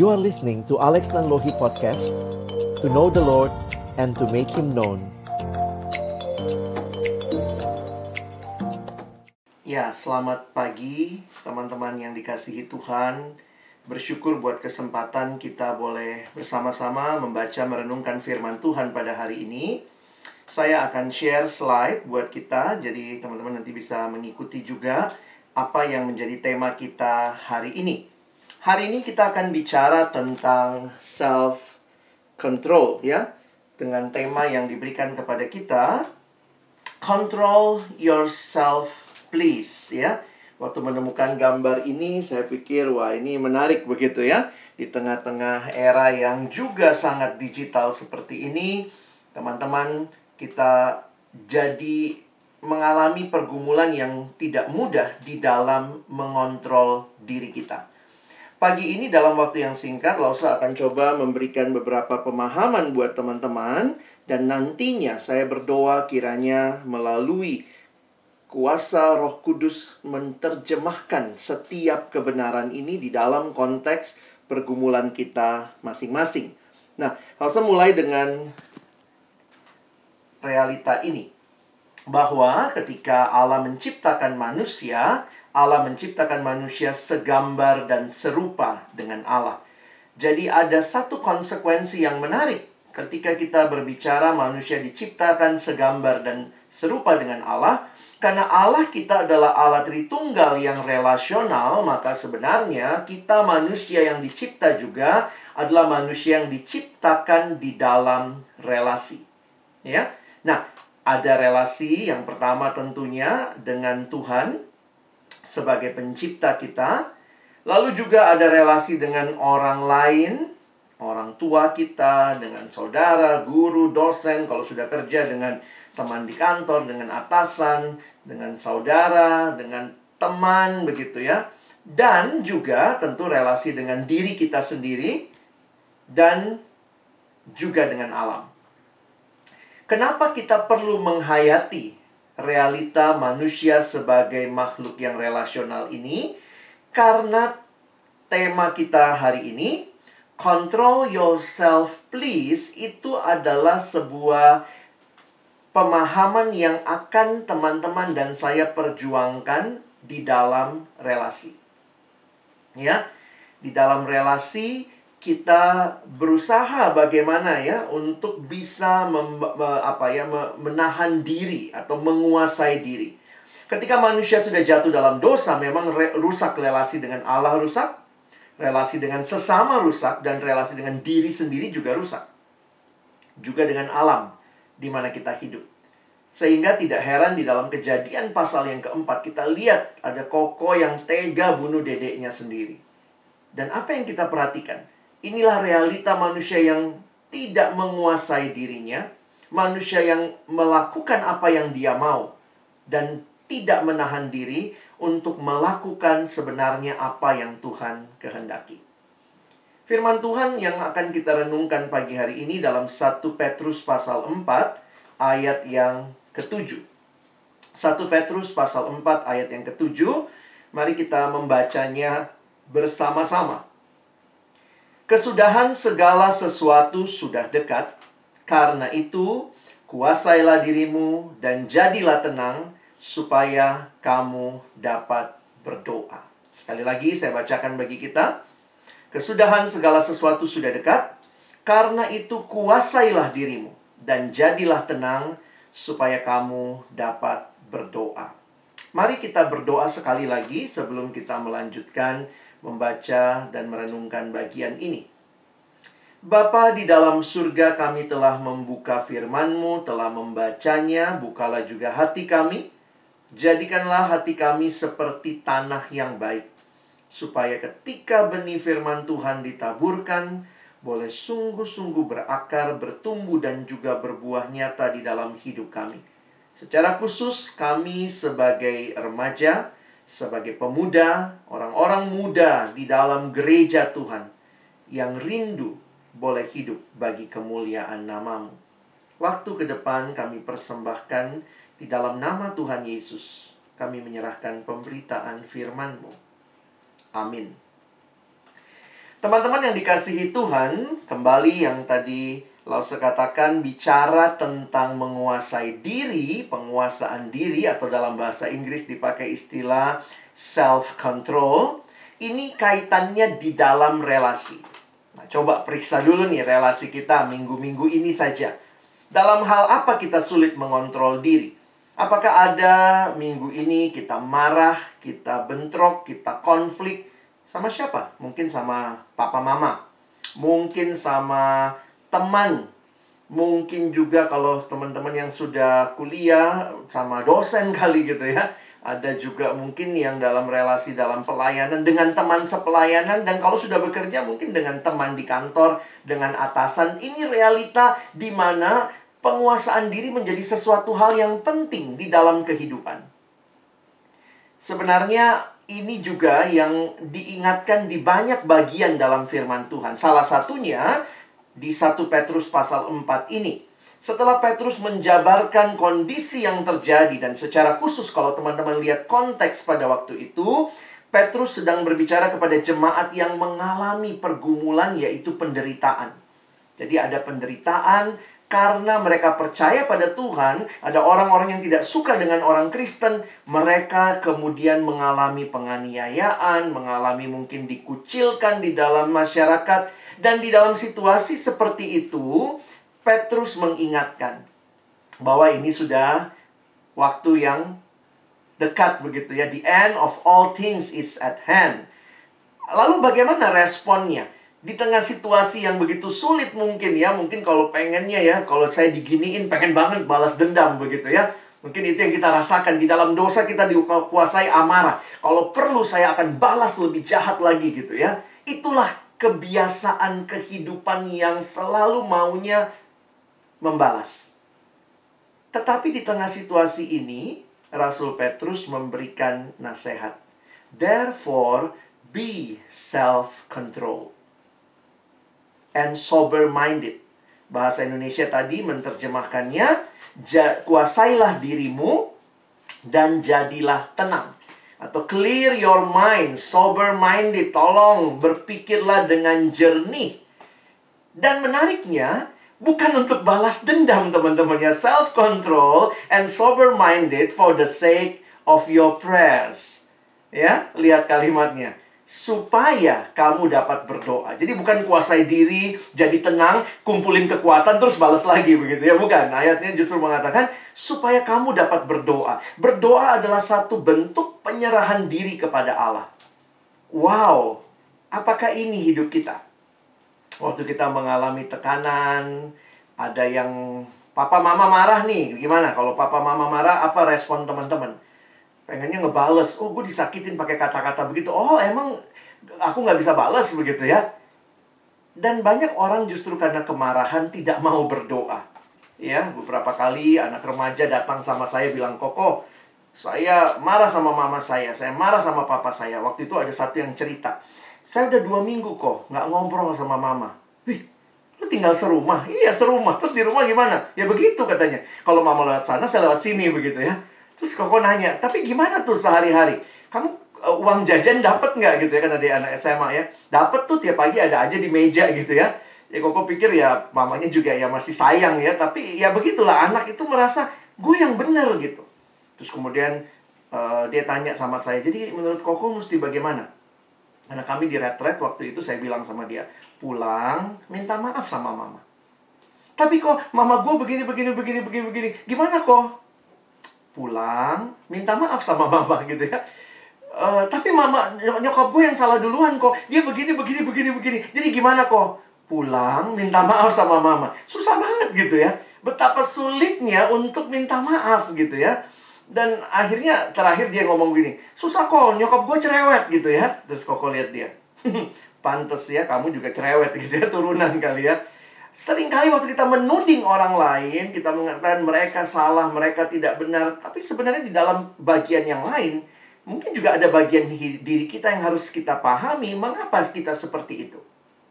You are listening to Alex Nanlohi Podcast, to know the Lord and to make Him known. Ya, selamat pagi teman-teman yang dikasihi Tuhan. Bersyukur buat kesempatan kita boleh bersama-sama membaca merenungkan firman Tuhan pada hari ini. Saya akan share slide buat kita, jadi teman-teman nanti bisa mengikuti juga apa yang menjadi tema kita hari ini. Hari ini kita akan bicara tentang self-control ya, dengan tema yang diberikan kepada kita, Control Yourself Please ya. Waktu menemukan gambar ini saya pikir wah ini menarik begitu ya. Di tengah-tengah era yang juga sangat digital seperti ini, teman-teman, kita jadi mengalami pergumulan yang tidak mudah di dalam mengontrol diri kita. Pagi ini dalam waktu yang singkat, Lausa akan coba memberikan beberapa pemahaman buat teman-teman. Dan nantinya saya berdoa kiranya melalui kuasa Roh Kudus menerjemahkan setiap kebenaran ini di dalam konteks pergumulan kita masing-masing. Nah, Lausa mulai dengan realita ini. Bahwa ketika Allah menciptakan manusia segambar dan serupa dengan Allah. Jadi ada satu konsekuensi yang menarik ketika kita berbicara manusia diciptakan segambar dan serupa dengan Allah. Karena Allah kita adalah Allah Tritunggal yang relasional, maka sebenarnya kita manusia yang dicipta juga adalah manusia yang diciptakan di dalam relasi. Ya. Nah, ada relasi yang pertama tentunya dengan Tuhan sebagai pencipta kita. Lalu juga ada relasi dengan orang lain, orang tua kita, dengan saudara, guru, dosen, kalau sudah kerja dengan teman di kantor, dengan atasan, dengan saudara, dengan teman, begitu ya. Dan juga tentu relasi dengan diri kita sendiri dan juga dengan alam. Kenapa kita perlu menghayati realita manusia sebagai makhluk yang relasional ini? Karena tema kita hari ini, Control Yourself Please, itu adalah sebuah pemahaman yang akan teman-teman dan saya perjuangkan di dalam relasi. Ya, di dalam relasi kita berusaha bagaimana ya untuk bisa menahan diri atau menguasai diri. Ketika manusia sudah jatuh dalam dosa, memang rusak relasi dengan Allah, rusak relasi dengan sesama, rusak, dan relasi dengan diri sendiri juga rusak. Juga dengan alam di mana kita hidup. Sehingga tidak heran di dalam Kejadian pasal yang keempat kita lihat ada koko yang tega bunuh dedeknya sendiri. Dan apa yang kita perhatikan? Inilah realita manusia yang tidak menguasai dirinya, manusia yang melakukan apa yang dia mau, dan tidak menahan diri untuk melakukan sebenarnya apa yang Tuhan kehendaki. Firman Tuhan yang akan kita renungkan pagi hari ini dalam 1 Petrus pasal 4 ayat yang ke-7. 1 Petrus pasal 4 ayat yang ke-7, mari kita membacanya bersama-sama. Kesudahan segala sesuatu sudah dekat. Karena itu, kuasailah dirimu dan jadilah tenang, supaya kamu dapat berdoa. Sekali lagi saya bacakan bagi kita. Kesudahan segala sesuatu sudah dekat. Karena itu, kuasailah dirimu dan jadilah tenang, supaya kamu dapat berdoa. Mari kita berdoa sekali lagi sebelum kita melanjutkan membaca dan merenungkan bagian ini. Bapa di dalam surga, kami telah membuka firman-Mu, telah membacanya, bukalah juga hati kami. Jadikanlah hati kami seperti tanah yang baik, supaya ketika benih firman Tuhan ditaburkan, boleh sungguh-sungguh berakar, bertumbuh, dan juga berbuah nyata di dalam hidup kami. Secara khusus kami sebagai remaja, sebagai pemuda, orang-orang muda di dalam gereja Tuhan yang rindu boleh hidup bagi kemuliaan nama-Mu. Waktu ke depan kami persembahkan di dalam nama Tuhan Yesus. Kami menyerahkan pemberitaan firman-Mu. Amin. Teman-teman yang dikasihi Tuhan, kembali yang tadi Lause katakan bicara tentang menguasai diri, penguasaan diri, atau dalam bahasa Inggris dipakai istilah self-control. Ini kaitannya di dalam relasi. Nah, coba periksa dulu nih relasi kita minggu-minggu ini saja. Dalam hal apa kita sulit mengontrol diri? Apakah ada minggu ini kita marah, kita bentrok, kita konflik? Sama siapa? Mungkin sama papa mama. Mungkin sama teman. Mungkin juga kalau teman-teman yang sudah kuliah sama dosen kali gitu ya. Ada juga mungkin yang dalam relasi dalam pelayanan dengan teman sepelayanan. Dan kalau sudah bekerja mungkin dengan teman di kantor, dengan atasan. Ini realita di mana penguasaan diri menjadi sesuatu hal yang penting di dalam kehidupan. Sebenarnya ini juga yang diingatkan di banyak bagian dalam firman Tuhan. Salah satunya di 1 Petrus pasal 4 ini. Setelah Petrus menjabarkan kondisi yang terjadi, dan secara khusus kalau teman-teman lihat konteks pada waktu itu, Petrus sedang berbicara kepada jemaat yang mengalami pergumulan, yaitu penderitaan. Jadi ada penderitaan karena mereka percaya pada Tuhan. Ada orang-orang yang tidak suka dengan orang Kristen. Mereka kemudian mengalami penganiayaan, mengalami mungkin dikucilkan di dalam masyarakat. Dan di dalam situasi seperti itu, Petrus mengingatkan bahwa ini sudah waktu yang dekat begitu ya. The end of all things is at hand. Lalu bagaimana responnya? Di tengah situasi yang begitu sulit mungkin ya. Mungkin kalau pengennya ya, kalau saya diginiin pengen banget balas dendam begitu ya. Mungkin itu yang kita rasakan. Di dalam dosa kita dikuasai amarah. Kalau perlu saya akan balas lebih jahat lagi gitu ya. Itulah kebiasaan kehidupan yang selalu maunya membalas. Tetapi di tengah situasi ini, Rasul Petrus memberikan nasihat. Therefore, be self-control and sober-minded. Bahasa Indonesia tadi menerjemahkannya, kuasailah dirimu dan jadilah tenang. Atau clear your mind, sober-minded. Tolong berpikirlah dengan jernih. Dan menariknya, bukan untuk balas dendam teman-teman ya. Self-control and sober-minded for the sake of your prayers. Ya, lihat kalimatnya. Supaya kamu dapat berdoa. Jadi bukan kuasai diri, jadi tenang, kumpulin kekuatan, terus balas lagi begitu ya. Bukan, ayatnya justru mengatakan supaya kamu dapat berdoa. Berdoa adalah satu bentuk penyerahan diri kepada Allah. Wow, apakah ini hidup kita? Waktu kita mengalami tekanan, ada yang papa mama marah nih. Gimana kalau papa mama marah, apa respon teman-teman? Pengennya ngebales. Oh, gue disakitin pakai kata-kata begitu. Oh, emang aku nggak bisa balas begitu ya. Dan banyak orang justru karena kemarahan tidak mau berdoa. Ya, beberapa kali anak remaja datang sama saya bilang, Koko, saya marah sama mama saya marah sama papa saya. Waktu itu ada satu yang cerita. Saya udah 2 minggu kok nggak ngobrol sama mama. Wih, lu tinggal serumah? Iya, serumah. Terus di rumah gimana? Ya begitu katanya. Kalau mama lewat sana, saya lewat sini begitu ya. Terus Koko nanya, tapi gimana tuh sehari-hari? Kamu uang jajan dapat nggak gitu ya? Kan ada anak SMA ya. Dapat tuh tiap pagi ada aja di meja gitu ya. Ya Koko pikir ya mamanya juga ya masih sayang ya. Tapi ya begitulah, anak itu merasa gue yang benar gitu. Terus kemudian dia tanya sama saya, jadi menurut Koko mesti bagaimana? Karena kami di retret waktu itu saya bilang sama dia, pulang minta maaf sama mama. Tapi kok mama gue begini. Gimana kok? Pulang minta maaf sama mama gitu ya. Tapi mama, nyokap gue yang salah duluan kok. Dia begini. Jadi gimana kok? Pulang minta maaf sama mama. Susah banget gitu ya. Betapa sulitnya untuk minta maaf gitu ya. Dan akhirnya terakhir dia ngomong gini, susah kok, nyokap gue cerewet gitu ya. Terus Koko lihat dia. Pantes ya, kamu juga cerewet gitu ya, turunan kali ya. Seringkali waktu kita menuding orang lain, kita mengatakan mereka salah, mereka tidak benar. Tapi sebenarnya di dalam bagian yang lain, mungkin juga ada bagian diri kita yang harus kita pahami, mengapa kita seperti itu.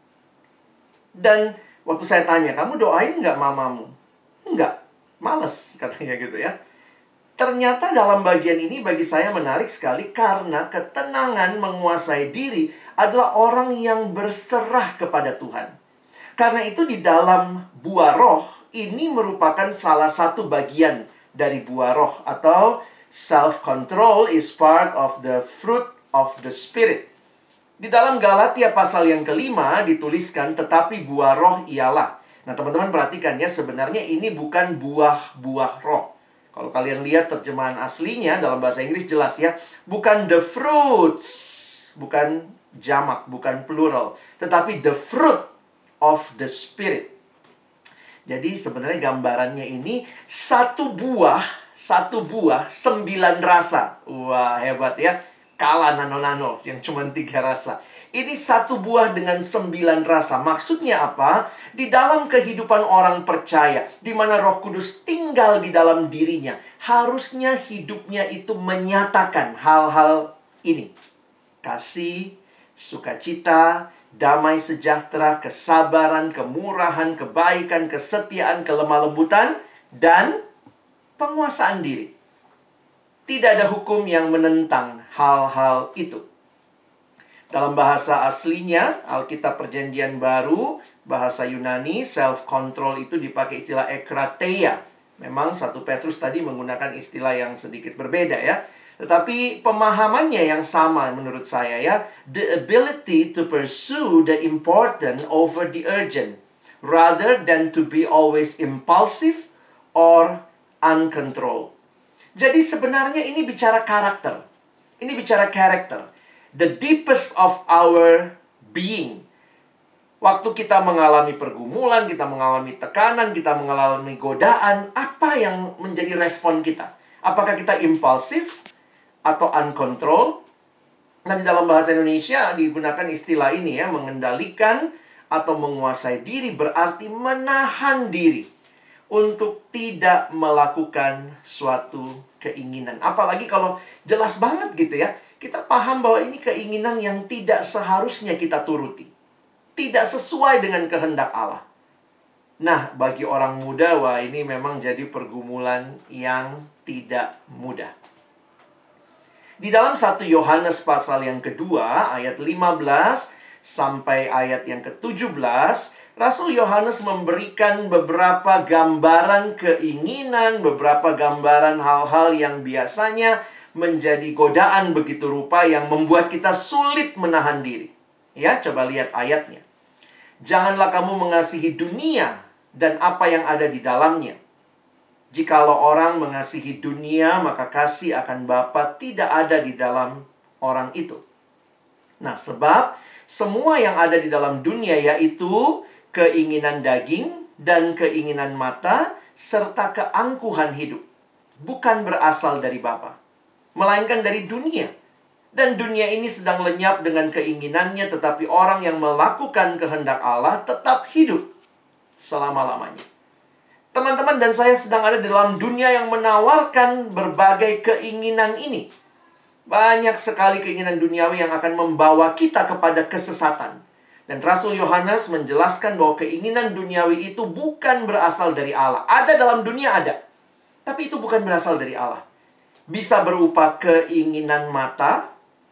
Dan waktu saya tanya, kamu doain nggak mamamu? Enggak, males katanya gitu ya. Ternyata dalam bagian ini bagi saya menarik sekali karena ketenangan menguasai diri adalah orang yang berserah kepada Tuhan. Karena itu di dalam buah roh, ini merupakan salah satu bagian dari buah roh. Atau self-control is part of the fruit of the Spirit. Di dalam Galatia pasal yang kelima dituliskan, tetapi buah roh ialah. Nah, teman-teman perhatikan ya, sebenarnya ini bukan buah-buah roh. Kalau kalian lihat terjemahan aslinya dalam bahasa Inggris jelas ya. Bukan the fruits, bukan jamak, bukan plural. Tetapi the fruit of the Spirit. Jadi sebenarnya gambarannya ini satu buah 9 rasa. Wah, hebat ya. Kalah nano-nano yang cuma 3 rasa. Ini satu buah dengan 9 rasa. Maksudnya apa? Di dalam kehidupan orang percaya, di mana Roh Kudus tinggal di dalam dirinya, harusnya hidupnya itu menyatakan hal-hal ini. Kasih, sukacita, damai sejahtera, kesabaran, kemurahan, kebaikan, kesetiaan, kelemah lembutan, dan penguasaan diri. Tidak ada hukum yang menentang hal-hal itu. Dalam bahasa aslinya, Alkitab Perjanjian Baru, bahasa Yunani, self-control itu dipakai istilah ekrateia. Memang 1 Petrus tadi menggunakan istilah yang sedikit berbeda ya. Tetapi pemahamannya yang sama menurut saya ya. The ability to pursue the important over the urgent. Rather than to be always impulsive or uncontrolled. Jadi sebenarnya ini bicara karakter. Ini bicara karakter. The deepest of our being. Waktu kita mengalami pergumulan, kita mengalami tekanan, kita mengalami godaan, apa yang menjadi respon kita? Apakah kita impulsif atau uncontrolled? Nah, di dalam bahasa Indonesia digunakan istilah ini ya, mengendalikan atau menguasai diri berarti menahan diri untuk tidak melakukan suatu keinginan. Apalagi kalau jelas banget gitu ya, kita paham bahwa ini keinginan yang tidak seharusnya kita turuti. Tidak sesuai dengan kehendak Allah. Nah, bagi orang muda, wah ini memang jadi pergumulan yang tidak mudah. Di dalam 1 Yohanes pasal yang kedua, ayat 15 sampai ayat yang ke-17, Rasul Yohanes memberikan beberapa gambaran keinginan, beberapa gambaran hal-hal yang biasanya menjadi godaan begitu rupa yang membuat kita sulit menahan diri. Ya, coba lihat ayatnya. Janganlah kamu mengasihi dunia dan apa yang ada di dalamnya. Jikalau orang mengasihi dunia, maka kasih akan Bapa tidak ada di dalam orang itu. Nah, sebab semua yang ada di dalam dunia yaitu keinginan daging dan keinginan mata serta keangkuhan hidup, bukan berasal dari Bapa, melainkan dari dunia. Dan dunia ini sedang lenyap dengan keinginannya, tetapi orang yang melakukan kehendak Allah tetap hidup selama-lamanya. Teman-teman dan saya sedang ada dalam dunia yang menawarkan berbagai keinginan ini. Banyak sekali keinginan duniawi yang akan membawa kita kepada kesesatan. Dan Rasul Yohanes menjelaskan bahwa keinginan duniawi itu bukan berasal dari Allah. Ada dalam dunia, ada. Tapi itu bukan berasal dari Allah. Bisa berupa keinginan mata,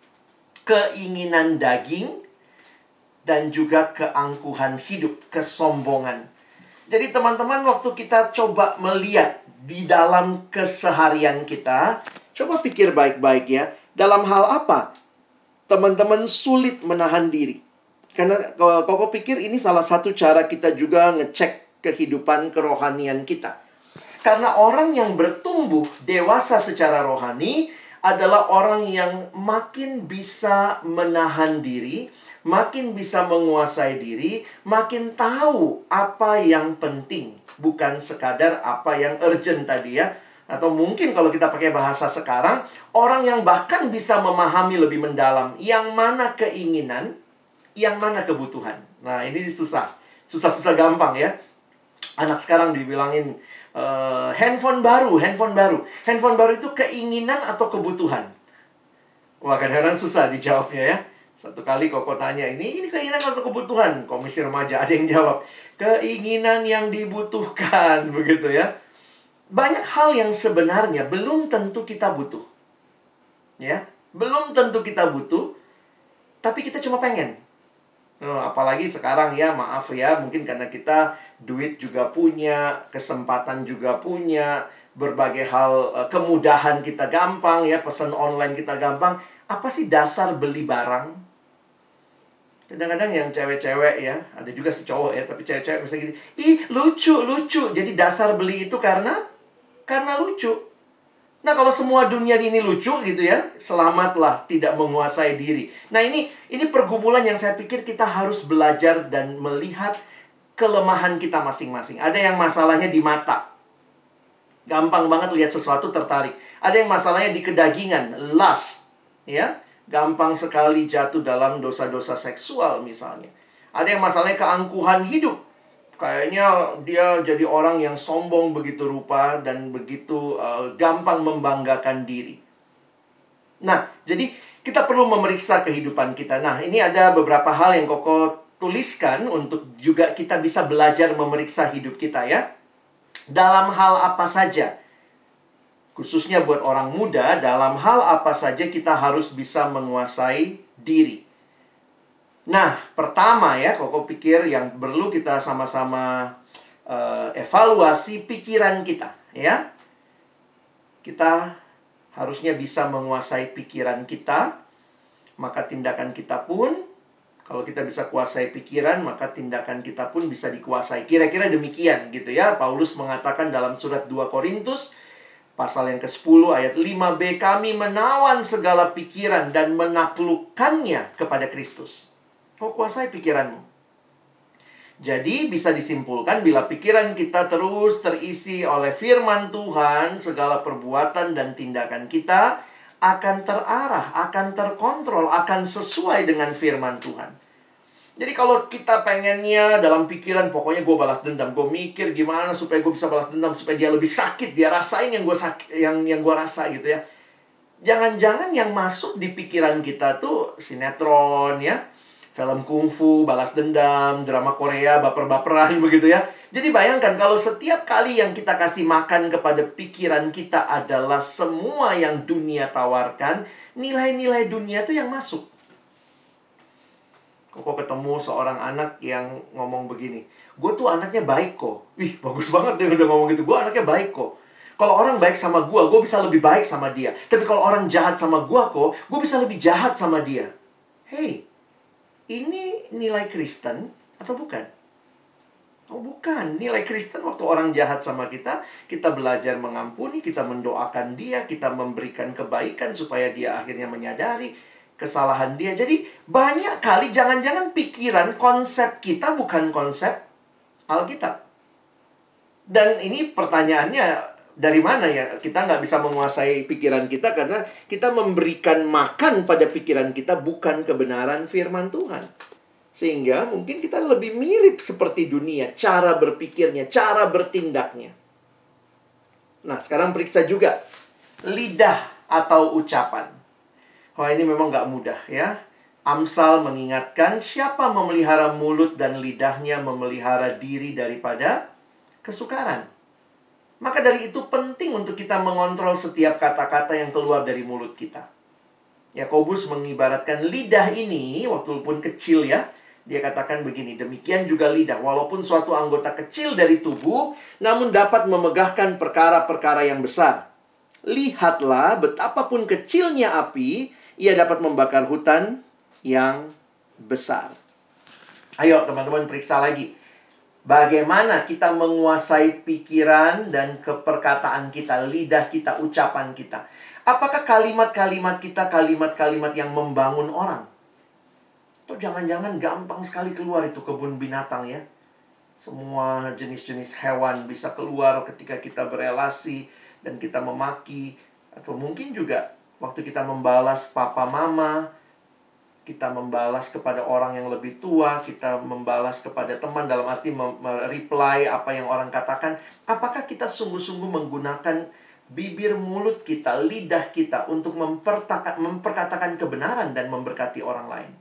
keinginan daging, dan juga keangkuhan hidup, kesombongan. Jadi teman-teman, waktu kita coba melihat di dalam keseharian kita, coba pikir baik-baik ya, dalam hal apa teman-teman sulit menahan diri. Karena kalau pikir ini salah satu cara kita juga ngecek kehidupan kerohanian kita. Karena orang yang bertumbuh dewasa secara rohani adalah orang yang makin bisa menahan diri, makin bisa menguasai diri, makin tahu apa yang penting, bukan sekadar apa yang urgent tadi ya. Atau mungkin kalau kita pakai bahasa sekarang, orang yang bahkan bisa memahami lebih mendalam yang mana keinginan, yang mana kebutuhan. Nah, ini susah. Susah-susah gampang ya. Anak sekarang dibilangin handphone baru. Handphone baru itu keinginan atau kebutuhan? Wah, kadang-kadang susah dijawabnya ya. Satu kali Koko tanya, ini keinginan atau kebutuhan? Komisi remaja ada yang jawab, keinginan yang dibutuhkan, begitu ya. Banyak hal yang sebenarnya belum tentu kita butuh. Ya, belum tentu kita butuh. Tapi kita cuma pengen. Apalagi sekarang ya, maaf ya, mungkin karena kita duit juga punya, kesempatan juga punya, berbagai hal, kemudahan kita gampang ya, pesan online kita gampang. Apa sih dasar beli barang? Kadang-kadang yang cewek-cewek ya, ada juga si cowok ya, tapi cewek-cewek misalnya gini, ih lucu, lucu. Jadi dasar beli itu karena lucu. Nah, kalau semua dunia ini lucu gitu ya, selamatlah tidak menguasai diri. Nah, ini pergumulan yang saya pikir kita harus belajar dan melihat kelemahan kita masing-masing. Ada yang masalahnya di mata. Gampang banget lihat sesuatu tertarik. Ada yang masalahnya di kedagingan, lust, ya. Gampang sekali jatuh dalam dosa-dosa seksual misalnya. Ada yang masalahnya keangkuhan hidup. Kayaknya dia jadi orang yang sombong begitu rupa dan begitu gampang membanggakan diri. Nah, jadi kita perlu memeriksa kehidupan kita. Nah, ini ada beberapa hal yang Koko tuliskan untuk juga kita bisa belajar memeriksa hidup kita ya. Dalam hal apa saja? Khususnya buat orang muda, dalam hal apa saja kita harus bisa menguasai diri. Nah, pertama ya, Koko pikir yang perlu kita sama-sama evaluasi pikiran kita, ya. Kita harusnya bisa menguasai pikiran kita, maka tindakan kita pun, kalau kita bisa kuasai pikiran, maka tindakan kita pun bisa dikuasai. Kira-kira demikian gitu ya. Paulus mengatakan dalam surat 2 Korintus, pasal yang ke-10 ayat 5b, kami menawan segala pikiran dan menaklukkannya kepada Kristus. Kau kuasai pikiranmu. Jadi bisa disimpulkan bila pikiran kita terus terisi oleh firman Tuhan, segala perbuatan dan tindakan kita akan terarah, akan terkontrol, akan sesuai dengan firman Tuhan. Jadi kalau kita pengennya dalam pikiran, pokoknya gue balas dendam, gue mikir gimana supaya gue bisa balas dendam, supaya dia lebih sakit, dia rasain yang gue yang gue rasa gitu ya. Jangan-jangan yang masuk di pikiran kita tuh sinetron ya, film kungfu, balas dendam, drama Korea, baper-baperan begitu ya. Jadi bayangkan kalau setiap kali yang kita kasih makan kepada pikiran kita adalah semua yang dunia tawarkan, nilai-nilai dunia tuh yang masuk. Kok ketemu seorang anak yang ngomong begini, gue tuh anaknya baik kok. Wih, bagus banget dia udah ngomong gitu. Gue anaknya baik kok. Kalau orang baik sama gue bisa lebih baik sama dia. Tapi kalau orang jahat sama gue bisa lebih jahat sama dia. Hey, ini nilai Kristen atau bukan? Oh bukan, nilai Kristen waktu orang jahat sama kita belajar mengampuni, kita mendoakan dia, kita memberikan kebaikan supaya dia akhirnya menyadari kesalahan dia. Jadi banyak kali jangan-jangan pikiran, konsep kita bukan konsep Alkitab. Dan ini pertanyaannya, dari mana ya? Kita nggak bisa menguasai pikiran kita karena kita memberikan makan pada pikiran kita bukan kebenaran firman Tuhan. Sehingga mungkin kita lebih mirip seperti dunia, cara berpikirnya, cara bertindaknya. Nah, sekarang periksa juga lidah atau ucapan. Wah, ini memang nggak mudah ya. Amsal mengingatkan siapa memelihara mulut dan lidahnya memelihara diri daripada kesukaran. Maka dari itu penting untuk kita mengontrol setiap kata-kata yang keluar dari mulut kita. Yakobus mengibaratkan lidah ini, walaupun kecil ya, dia katakan begini, demikian juga lidah, walaupun suatu anggota kecil dari tubuh, namun dapat memegahkan perkara-perkara yang besar. Lihatlah betapapun kecilnya api, ia dapat membakar hutan yang besar. Ayo teman-teman periksa lagi. Bagaimana kita menguasai pikiran dan keperkataan kita, lidah kita, ucapan kita. Apakah kalimat-kalimat kita kalimat-kalimat yang membangun orang? Atau jangan-jangan gampang sekali keluar itu kebun binatang ya. Semua jenis-jenis hewan bisa keluar ketika kita berelasi dan kita memaki. Atau mungkin juga waktu kita membalas papa mama, kita membalas kepada orang yang lebih tua, kita membalas kepada teman dalam arti reply apa yang orang katakan. Apakah kita sungguh-sungguh menggunakan bibir mulut kita, lidah kita untuk memperkatakan kebenaran dan memberkati orang lain?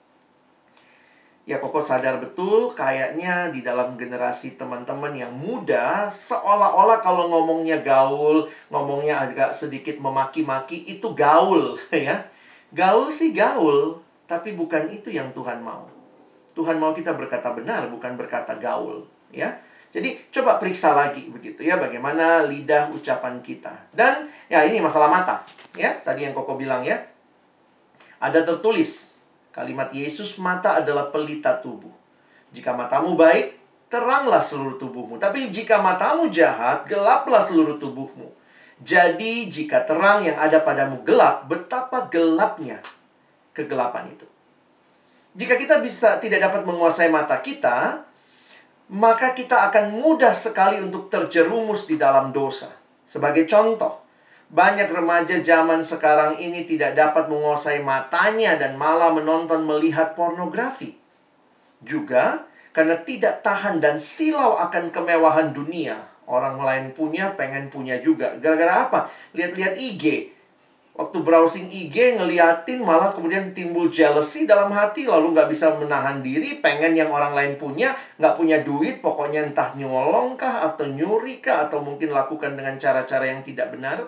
Ya, Koko sadar betul kayaknya di dalam generasi teman-teman yang muda, seolah-olah kalau ngomongnya gaul, ngomongnya agak sedikit memaki-maki, itu gaul ya. Gaul sih gaul, Tapi bukan itu yang Tuhan mau. Tuhan mau kita berkata benar, bukan berkata gaul, ya. Jadi coba periksa lagi begitu ya, bagaimana lidah ucapan kita. Dan ya ini masalah mata, ya. Tadi yang Koko bilang ya. Ada tertulis kalimat Yesus, mata adalah pelita tubuh. Jika matamu baik, teranglah seluruh tubuhmu. Tapi jika matamu jahat, gelaplah seluruh tubuhmu. Jadi jika terang yang ada padamu gelap, betapa gelapnya kegelapan itu. Jika kita tidak dapat menguasai mata kita, maka kita akan mudah sekali untuk terjerumus di dalam dosa. Sebagai contoh, banyak remaja zaman sekarang ini tidak dapat menguasai matanya dan malah menonton melihat pornografi. Juga karena tidak tahan dan silau akan kemewahan dunia. Orang lain punya, pengen punya juga. Gara-gara apa? Lihat-lihat IG. Waktu browsing IG, ngeliatin, malah kemudian timbul jealousy dalam hati. Lalu nggak bisa menahan diri, pengen yang orang lain punya. Nggak punya duit, pokoknya entah nyolong kah, atau nyuri kah, atau mungkin lakukan dengan cara-cara yang tidak benar.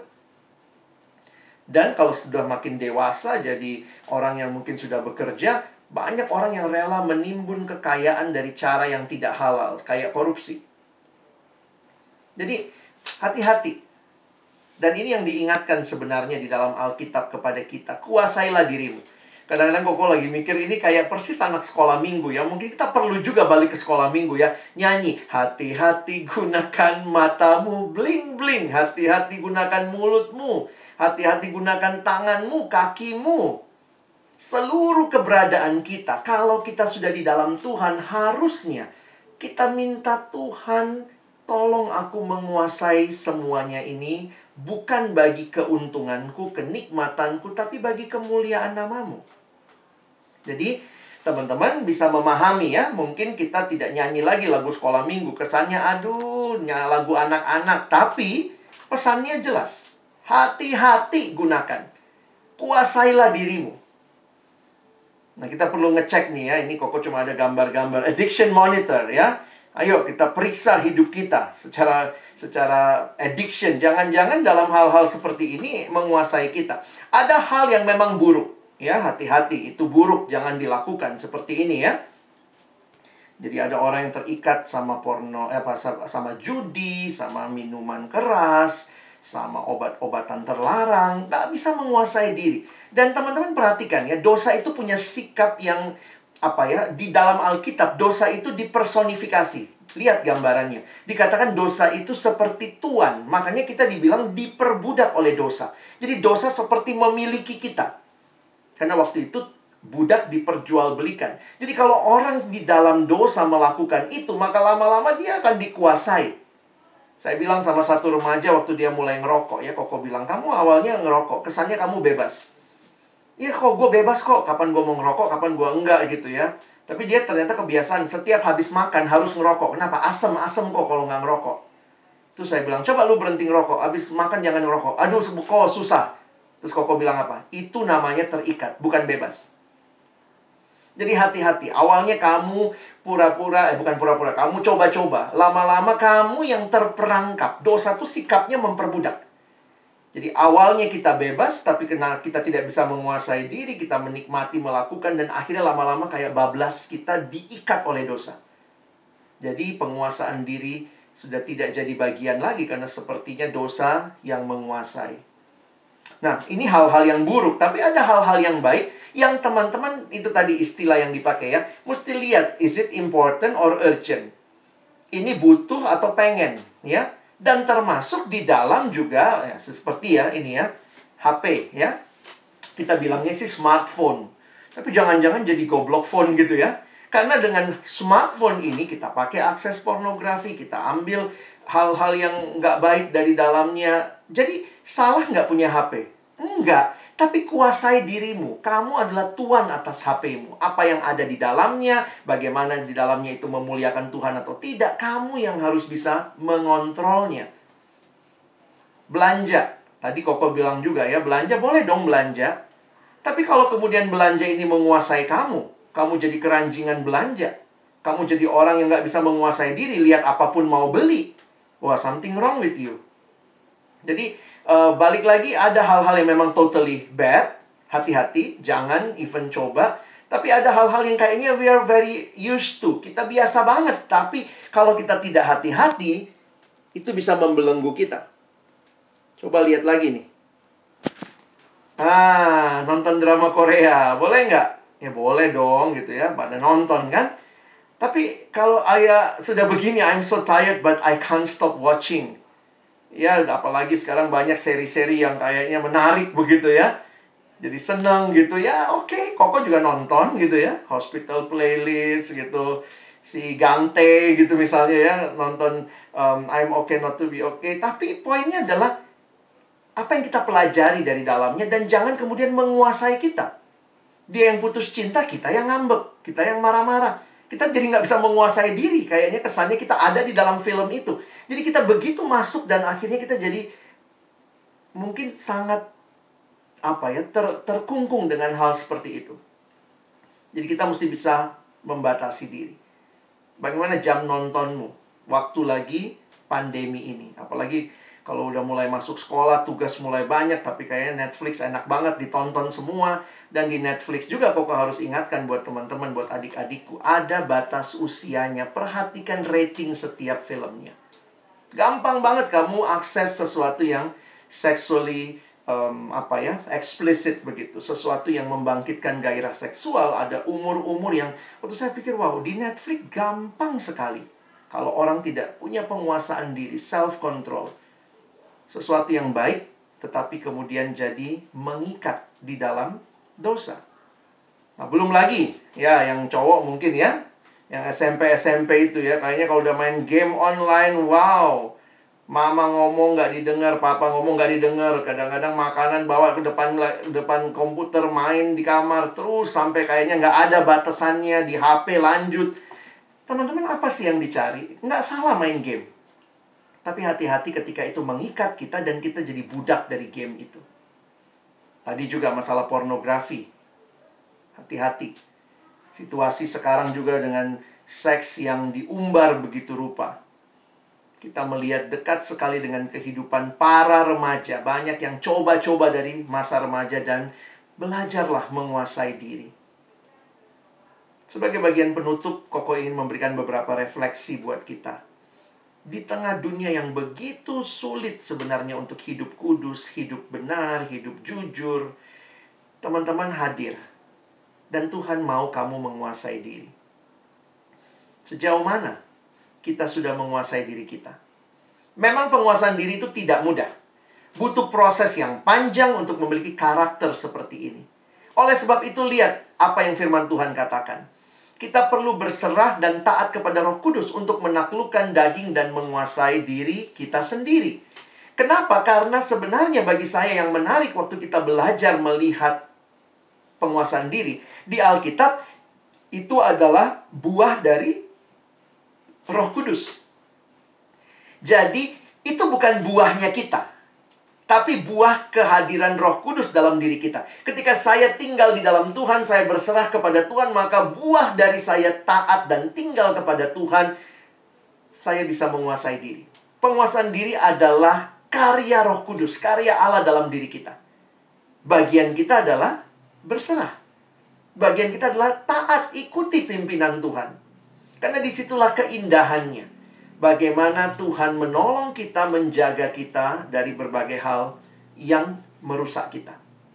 Dan kalau sudah makin dewasa, jadi orang yang mungkin sudah bekerja, banyak orang yang rela menimbun kekayaan dari cara yang tidak halal, kayak korupsi. Jadi, hati-hati. Dan ini yang diingatkan sebenarnya di dalam Alkitab kepada kita. Kuasailah dirimu. Kadang-kadang Koko lagi mikir ini kayak persis anak sekolah minggu ya. Mungkin kita perlu juga balik ke sekolah minggu ya. Nyanyi, hati-hati gunakan matamu, bling-bling. Hati-hati gunakan mulutmu. Hati-hati gunakan tanganmu, kakimu. Seluruh keberadaan kita, kalau kita sudah di dalam Tuhan, harusnya kita minta Tuhan, tolong aku menguasai semuanya ini, bukan bagi keuntunganku, kenikmatanku, tapi bagi kemuliaan namamu. Jadi, teman-teman bisa memahami ya, mungkin kita tidak nyanyi lagi lagu sekolah minggu. Kesannya, aduh, lagu anak-anak. Tapi, pesannya jelas. Hati-hati gunakan. Kuasailah dirimu. Nah, kita perlu ngecek nih ya. Ini Koko cuma ada gambar-gambar addiction monitor ya. Ayo kita periksa hidup kita secara addiction. Jangan-jangan dalam hal-hal seperti ini menguasai kita. Ada hal yang memang buruk. Ya, hati-hati. Itu buruk. Jangan dilakukan seperti ini ya. Jadi ada orang yang terikat sama sama judi, sama minuman keras, sama obat-obatan terlarang. Nggak bisa menguasai diri. Dan teman-teman perhatikan ya, dosa itu punya sikap yang di dalam Alkitab dosa itu dipersonifikasi. Lihat gambarannya. Dikatakan dosa itu seperti tuan. Makanya kita dibilang diperbudak oleh dosa. Jadi dosa seperti memiliki kita. Karena waktu itu budak diperjualbelikan. Jadi kalau orang di dalam dosa melakukan itu, maka lama-lama dia akan dikuasai. Saya bilang sama satu remaja waktu dia mulai ngerokok ya, Koko bilang, kamu awalnya ngerokok, kesannya kamu bebas. Iya kok, gue bebas kok. Kapan gue mau ngerokok, kapan gue enggak gitu ya. Tapi dia ternyata kebiasaan. Setiap habis makan harus ngerokok. Kenapa? Asem kok kalau nggak ngerokok. Terus saya bilang, coba lu berhenti ngerokok. Habis makan jangan ngerokok. Aduh, kok susah. Terus Koko bilang apa? Itu namanya terikat, bukan bebas. Jadi hati-hati. Awalnya kamu bukan pura-pura. Kamu coba-coba. Lama-lama kamu yang terperangkap. Dosa tuh sikapnya memperbudak. Jadi awalnya kita bebas, tapi karena kita tidak bisa menguasai diri, kita menikmati, melakukan, dan akhirnya lama-lama kayak bablas kita diikat oleh dosa. Jadi penguasaan diri sudah tidak jadi bagian lagi, karena sepertinya dosa yang menguasai. Nah, ini hal-hal yang buruk, tapi ada hal-hal yang baik, yang teman-teman, itu tadi istilah yang dipakai ya, mesti lihat, is it important or urgent? Ini butuh atau pengen, ya? Dan termasuk di dalam juga ya, seperti ya ini ya HP ya. Kita bilangnya sih smartphone. Tapi jangan-jangan jadi goblok phone gitu ya. Karena dengan smartphone ini kita pakai akses pornografi, kita ambil hal-hal yang nggak baik dari dalamnya. Jadi salah nggak punya HP? Enggak. Tapi kuasai dirimu. Kamu adalah tuan atas HP-mu. Apa yang ada di dalamnya, bagaimana di dalamnya itu memuliakan Tuhan atau tidak, kamu yang harus bisa mengontrolnya. Belanja. Tadi Koko bilang juga ya, belanja boleh dong belanja. Tapi kalau kemudian belanja ini menguasai kamu jadi keranjingan belanja. Kamu jadi orang yang nggak bisa menguasai diri, lihat apapun mau beli. Wah, something wrong with you. Jadi, balik lagi ada hal-hal yang memang totally bad. Hati-hati, jangan even coba. Tapi ada hal-hal yang kayaknya we are very used to. Kita biasa banget. Tapi kalau kita tidak hati-hati, itu bisa membelenggu kita. Coba lihat lagi nih. Nonton drama Korea. Boleh nggak? Ya boleh dong gitu ya. Pada nonton kan. Tapi kalau ayah sudah begini, I'm so tired but I can't stop watching. Ya, apalagi sekarang banyak seri-seri yang kayaknya menarik begitu ya. Jadi senang gitu ya, oke. Koko juga nonton gitu ya. Hospital Playlist gitu. Si Gante gitu misalnya ya. Nonton I'm Okay Not To Be Okay. Tapi poinnya adalah apa yang kita pelajari dari dalamnya. Dan jangan kemudian menguasai kita. Dia yang putus cinta, kita yang ngambek. Kita yang marah-marah. Kita jadi nggak bisa menguasai diri. Kayaknya kesannya kita ada di dalam film itu. Jadi kita begitu masuk dan akhirnya kita jadi mungkin sangat terkungkung dengan hal seperti itu. Jadi kita mesti bisa membatasi diri. Bagaimana jam nontonmu waktu lagi pandemi ini? Apalagi kalau udah mulai masuk sekolah, tugas mulai banyak, tapi kayaknya Netflix enak banget ditonton semua. Dan di Netflix juga Koko harus ingatkan buat teman-teman, buat adik-adikku, ada batas usianya. Perhatikan rating setiap filmnya. Gampang banget kamu akses sesuatu yang sexually explicit begitu. Sesuatu yang membangkitkan gairah seksual. Ada umur-umur yang waktu saya pikir, wow, di Netflix gampang sekali. Kalau orang tidak punya penguasaan diri, self-control. Sesuatu yang baik, tetapi kemudian jadi mengikat di dalam dosa. Nah, belum lagi, ya, yang cowok mungkin ya. Yang SMP itu ya, kayaknya kalau udah main game online, wow. Mama ngomong nggak didengar, papa ngomong nggak didengar. Kadang-kadang makanan bawa ke depan komputer, main di kamar terus sampai kayaknya nggak ada batasannya. Di HP lanjut. Teman-teman, apa sih yang dicari? Nggak salah main game. Tapi hati-hati ketika itu mengikat kita dan kita jadi budak dari game itu. Tadi juga masalah pornografi. Hati-hati. Situasi sekarang juga dengan seks yang diumbar begitu rupa. Kita melihat dekat sekali dengan kehidupan para remaja. Banyak yang coba-coba dari masa remaja dan belajarlah menguasai diri. Sebagai bagian penutup, Koko ingin memberikan beberapa refleksi buat kita. Di tengah dunia yang begitu sulit sebenarnya untuk hidup kudus, hidup benar, hidup jujur, teman-teman hadir. Dan Tuhan mau kamu menguasai diri. Sejauh mana kita sudah menguasai diri kita? Memang penguasaan diri itu tidak mudah. Butuh proses yang panjang untuk memiliki karakter seperti ini. Oleh sebab itu lihat apa yang firman Tuhan katakan. Kita perlu berserah dan taat kepada Roh Kudus untuk menaklukkan daging dan menguasai diri kita sendiri. Kenapa? Karena sebenarnya bagi saya yang menarik waktu kita belajar melihat penguasaan diri. Di Alkitab itu adalah buah dari Roh Kudus. Jadi, itu bukan buahnya kita. Tapi buah kehadiran Roh Kudus dalam diri kita. Ketika saya tinggal di dalam Tuhan, saya berserah kepada Tuhan, maka buah dari saya taat dan tinggal kepada Tuhan, saya bisa menguasai diri. Penguasaan diri adalah karya Roh Kudus, karya Allah dalam diri kita. Bagian kita adalah berserah. Bagian kita adalah taat, ikuti pimpinan Tuhan. Karena disitulah keindahannya. Bagaimana Tuhan menolong kita, menjaga kita dari berbagai hal yang merusak kita.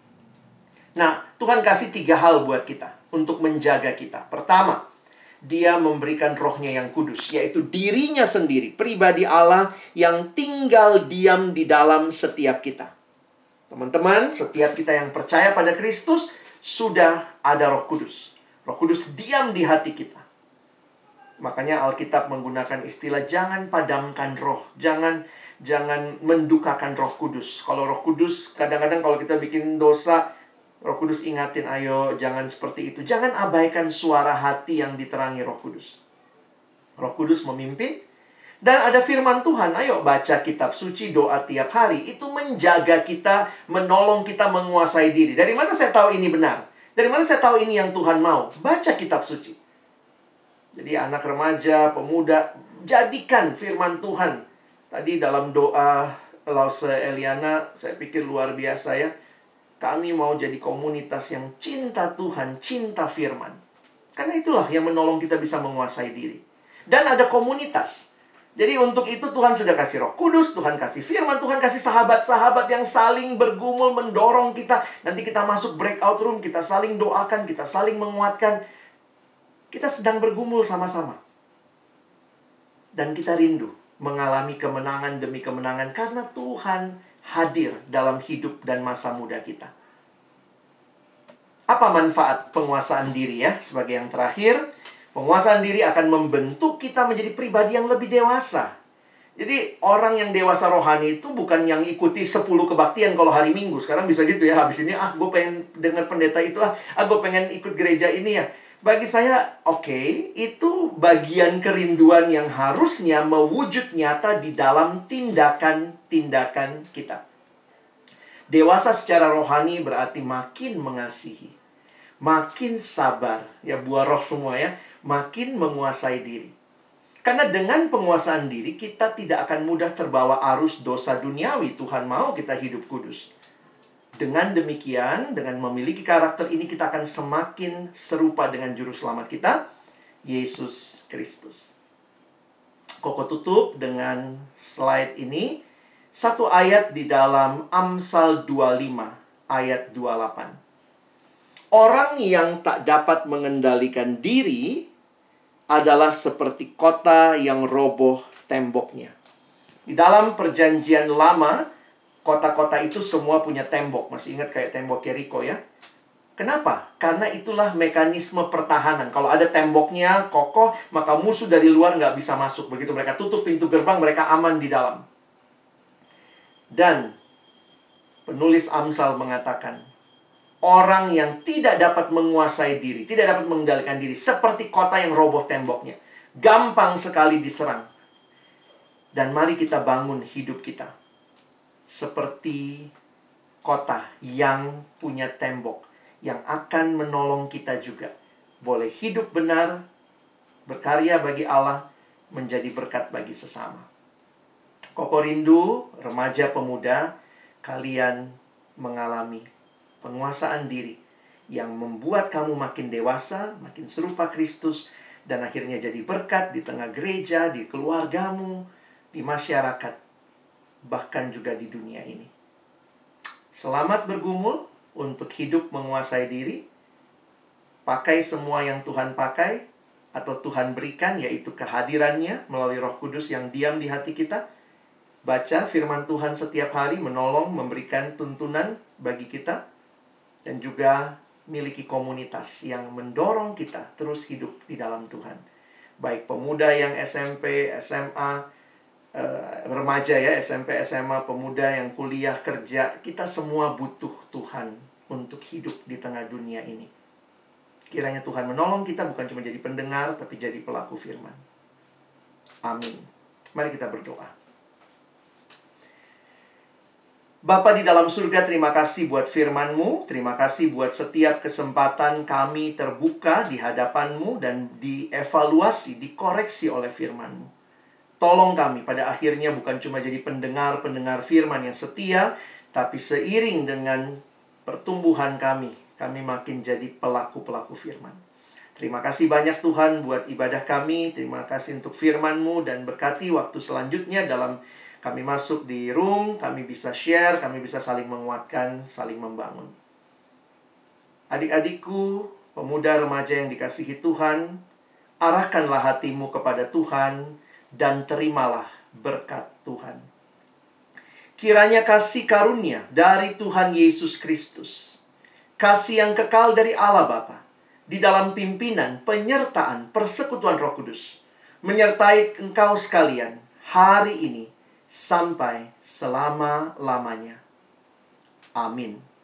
Nah, Tuhan kasih 3 hal buat kita untuk menjaga kita. Pertama, Dia memberikan rohnya yang kudus, yaitu dirinya sendiri, pribadi Allah yang tinggal diam di dalam setiap kita. Teman-teman, setiap kita yang percaya pada Kristus, sudah ada Roh Kudus. Roh Kudus diam di hati kita. Makanya Alkitab menggunakan istilah jangan padamkan roh. Jangan mendukakan Roh Kudus. Kalau Roh Kudus, kadang-kadang kalau kita bikin dosa, Roh Kudus ingatin, ayo jangan seperti itu. Jangan abaikan suara hati yang diterangi Roh Kudus. Roh Kudus memimpin. Dan ada firman Tuhan, ayo baca kitab suci, doa tiap hari. Itu menjaga kita, menolong kita menguasai diri. Dari mana saya tahu ini benar? Dari mana saya tahu ini yang Tuhan mau? Baca kitab suci. Jadi anak remaja, pemuda, jadikan firman Tuhan. Tadi dalam doa Lause Eliana, saya pikir luar biasa ya. Kami mau jadi komunitas yang cinta Tuhan, cinta firman. Karena itulah yang menolong kita bisa menguasai diri. Dan ada komunitas. Jadi untuk itu Tuhan sudah kasih Roh Kudus, Tuhan kasih firman, Tuhan kasih sahabat-sahabat yang saling bergumul, mendorong kita. Nanti kita masuk breakout room, kita saling doakan, kita saling menguatkan. Kita sedang bergumul sama-sama. Dan kita rindu mengalami kemenangan demi kemenangan karena Tuhan hadir dalam hidup dan masa muda kita. Apa manfaat penguasaan diri ya? Sebagai yang terakhir, penguasaan diri akan membentuk kita menjadi pribadi yang lebih dewasa. Jadi orang yang dewasa rohani itu bukan yang ikuti 10 kebaktian kalau hari Minggu. Sekarang bisa gitu ya, habis ini gue pengen dengar pendeta itu, gue pengen ikut gereja ini ya. Bagi saya, oke, itu bagian kerinduan yang harusnya mewujud nyata di dalam tindakan-tindakan kita. Dewasa secara rohani berarti makin mengasihi, makin sabar, ya buah roh semua ya, makin menguasai diri. Karena dengan penguasaan diri, kita tidak akan mudah terbawa arus dosa duniawi. Tuhan mau kita hidup kudus. Dengan demikian, dengan memiliki karakter ini, kita akan semakin serupa dengan Juru Selamat kita, Yesus Kristus. Koko tutup dengan slide ini. Satu ayat di dalam Amsal 25, ayat 28. Orang yang tak dapat mengendalikan diri adalah seperti kota yang roboh temboknya. Di dalam perjanjian lama, kota-kota itu semua punya tembok. Masih ingat kayak tembok Yeriko ya? Kenapa? Karena itulah mekanisme pertahanan. Kalau ada temboknya kokoh, maka musuh dari luar nggak bisa masuk. Begitu mereka tutup pintu gerbang, mereka aman di dalam. Dan penulis Amsal mengatakan, orang yang tidak dapat menguasai diri, tidak dapat mengendalikan diri, seperti kota yang roboh temboknya. Gampang sekali diserang. Dan mari kita bangun hidup kita seperti kota yang punya tembok, yang akan menolong kita juga. Boleh hidup benar, berkarya bagi Allah, menjadi berkat bagi sesama. Koko rindu, remaja pemuda, kalian mengalami penguasaan diri yang membuat kamu makin dewasa, makin serupa Kristus, dan akhirnya jadi berkat di tengah gereja, di keluargamu, di masyarakat, bahkan juga di dunia ini. Selamat bergumul untuk hidup menguasai diri. Pakai semua yang Tuhan pakai atau Tuhan berikan, yaitu kehadirannya melalui Roh Kudus yang diam di hati kita. Baca firman Tuhan setiap hari, menolong, memberikan tuntunan bagi kita. Dan juga miliki komunitas yang mendorong kita terus hidup di dalam Tuhan. Baik pemuda yang SMP, SMA, remaja ya, SMP, SMA, pemuda yang kuliah, kerja. Kita semua butuh Tuhan untuk hidup di tengah dunia ini. Kiranya Tuhan menolong kita bukan cuma jadi pendengar, tapi jadi pelaku firman. Amin. Mari kita berdoa. Bapa di dalam surga, terima kasih buat firman-Mu. Terima kasih buat setiap kesempatan kami terbuka di hadapan-Mu dan dievaluasi, dikoreksi oleh firman-Mu. Tolong kami pada akhirnya bukan cuma jadi pendengar-pendengar firman yang setia, tapi seiring dengan pertumbuhan kami makin jadi pelaku-pelaku firman. Terima kasih banyak Tuhan buat ibadah kami. Terima kasih untuk firman-Mu dan berkati waktu selanjutnya dalam kami masuk di room, kami bisa share, kami bisa saling menguatkan, saling membangun. Adik-adikku, pemuda remaja yang dikasihi Tuhan, arahkanlah hatimu kepada Tuhan dan terimalah berkat Tuhan. Kiranya kasih karunia dari Tuhan Yesus Kristus, kasih yang kekal dari Allah Bapa, di dalam pimpinan, penyertaan, persekutuan Roh Kudus, menyertai engkau sekalian hari ini, sampai selama-lamanya. Amin.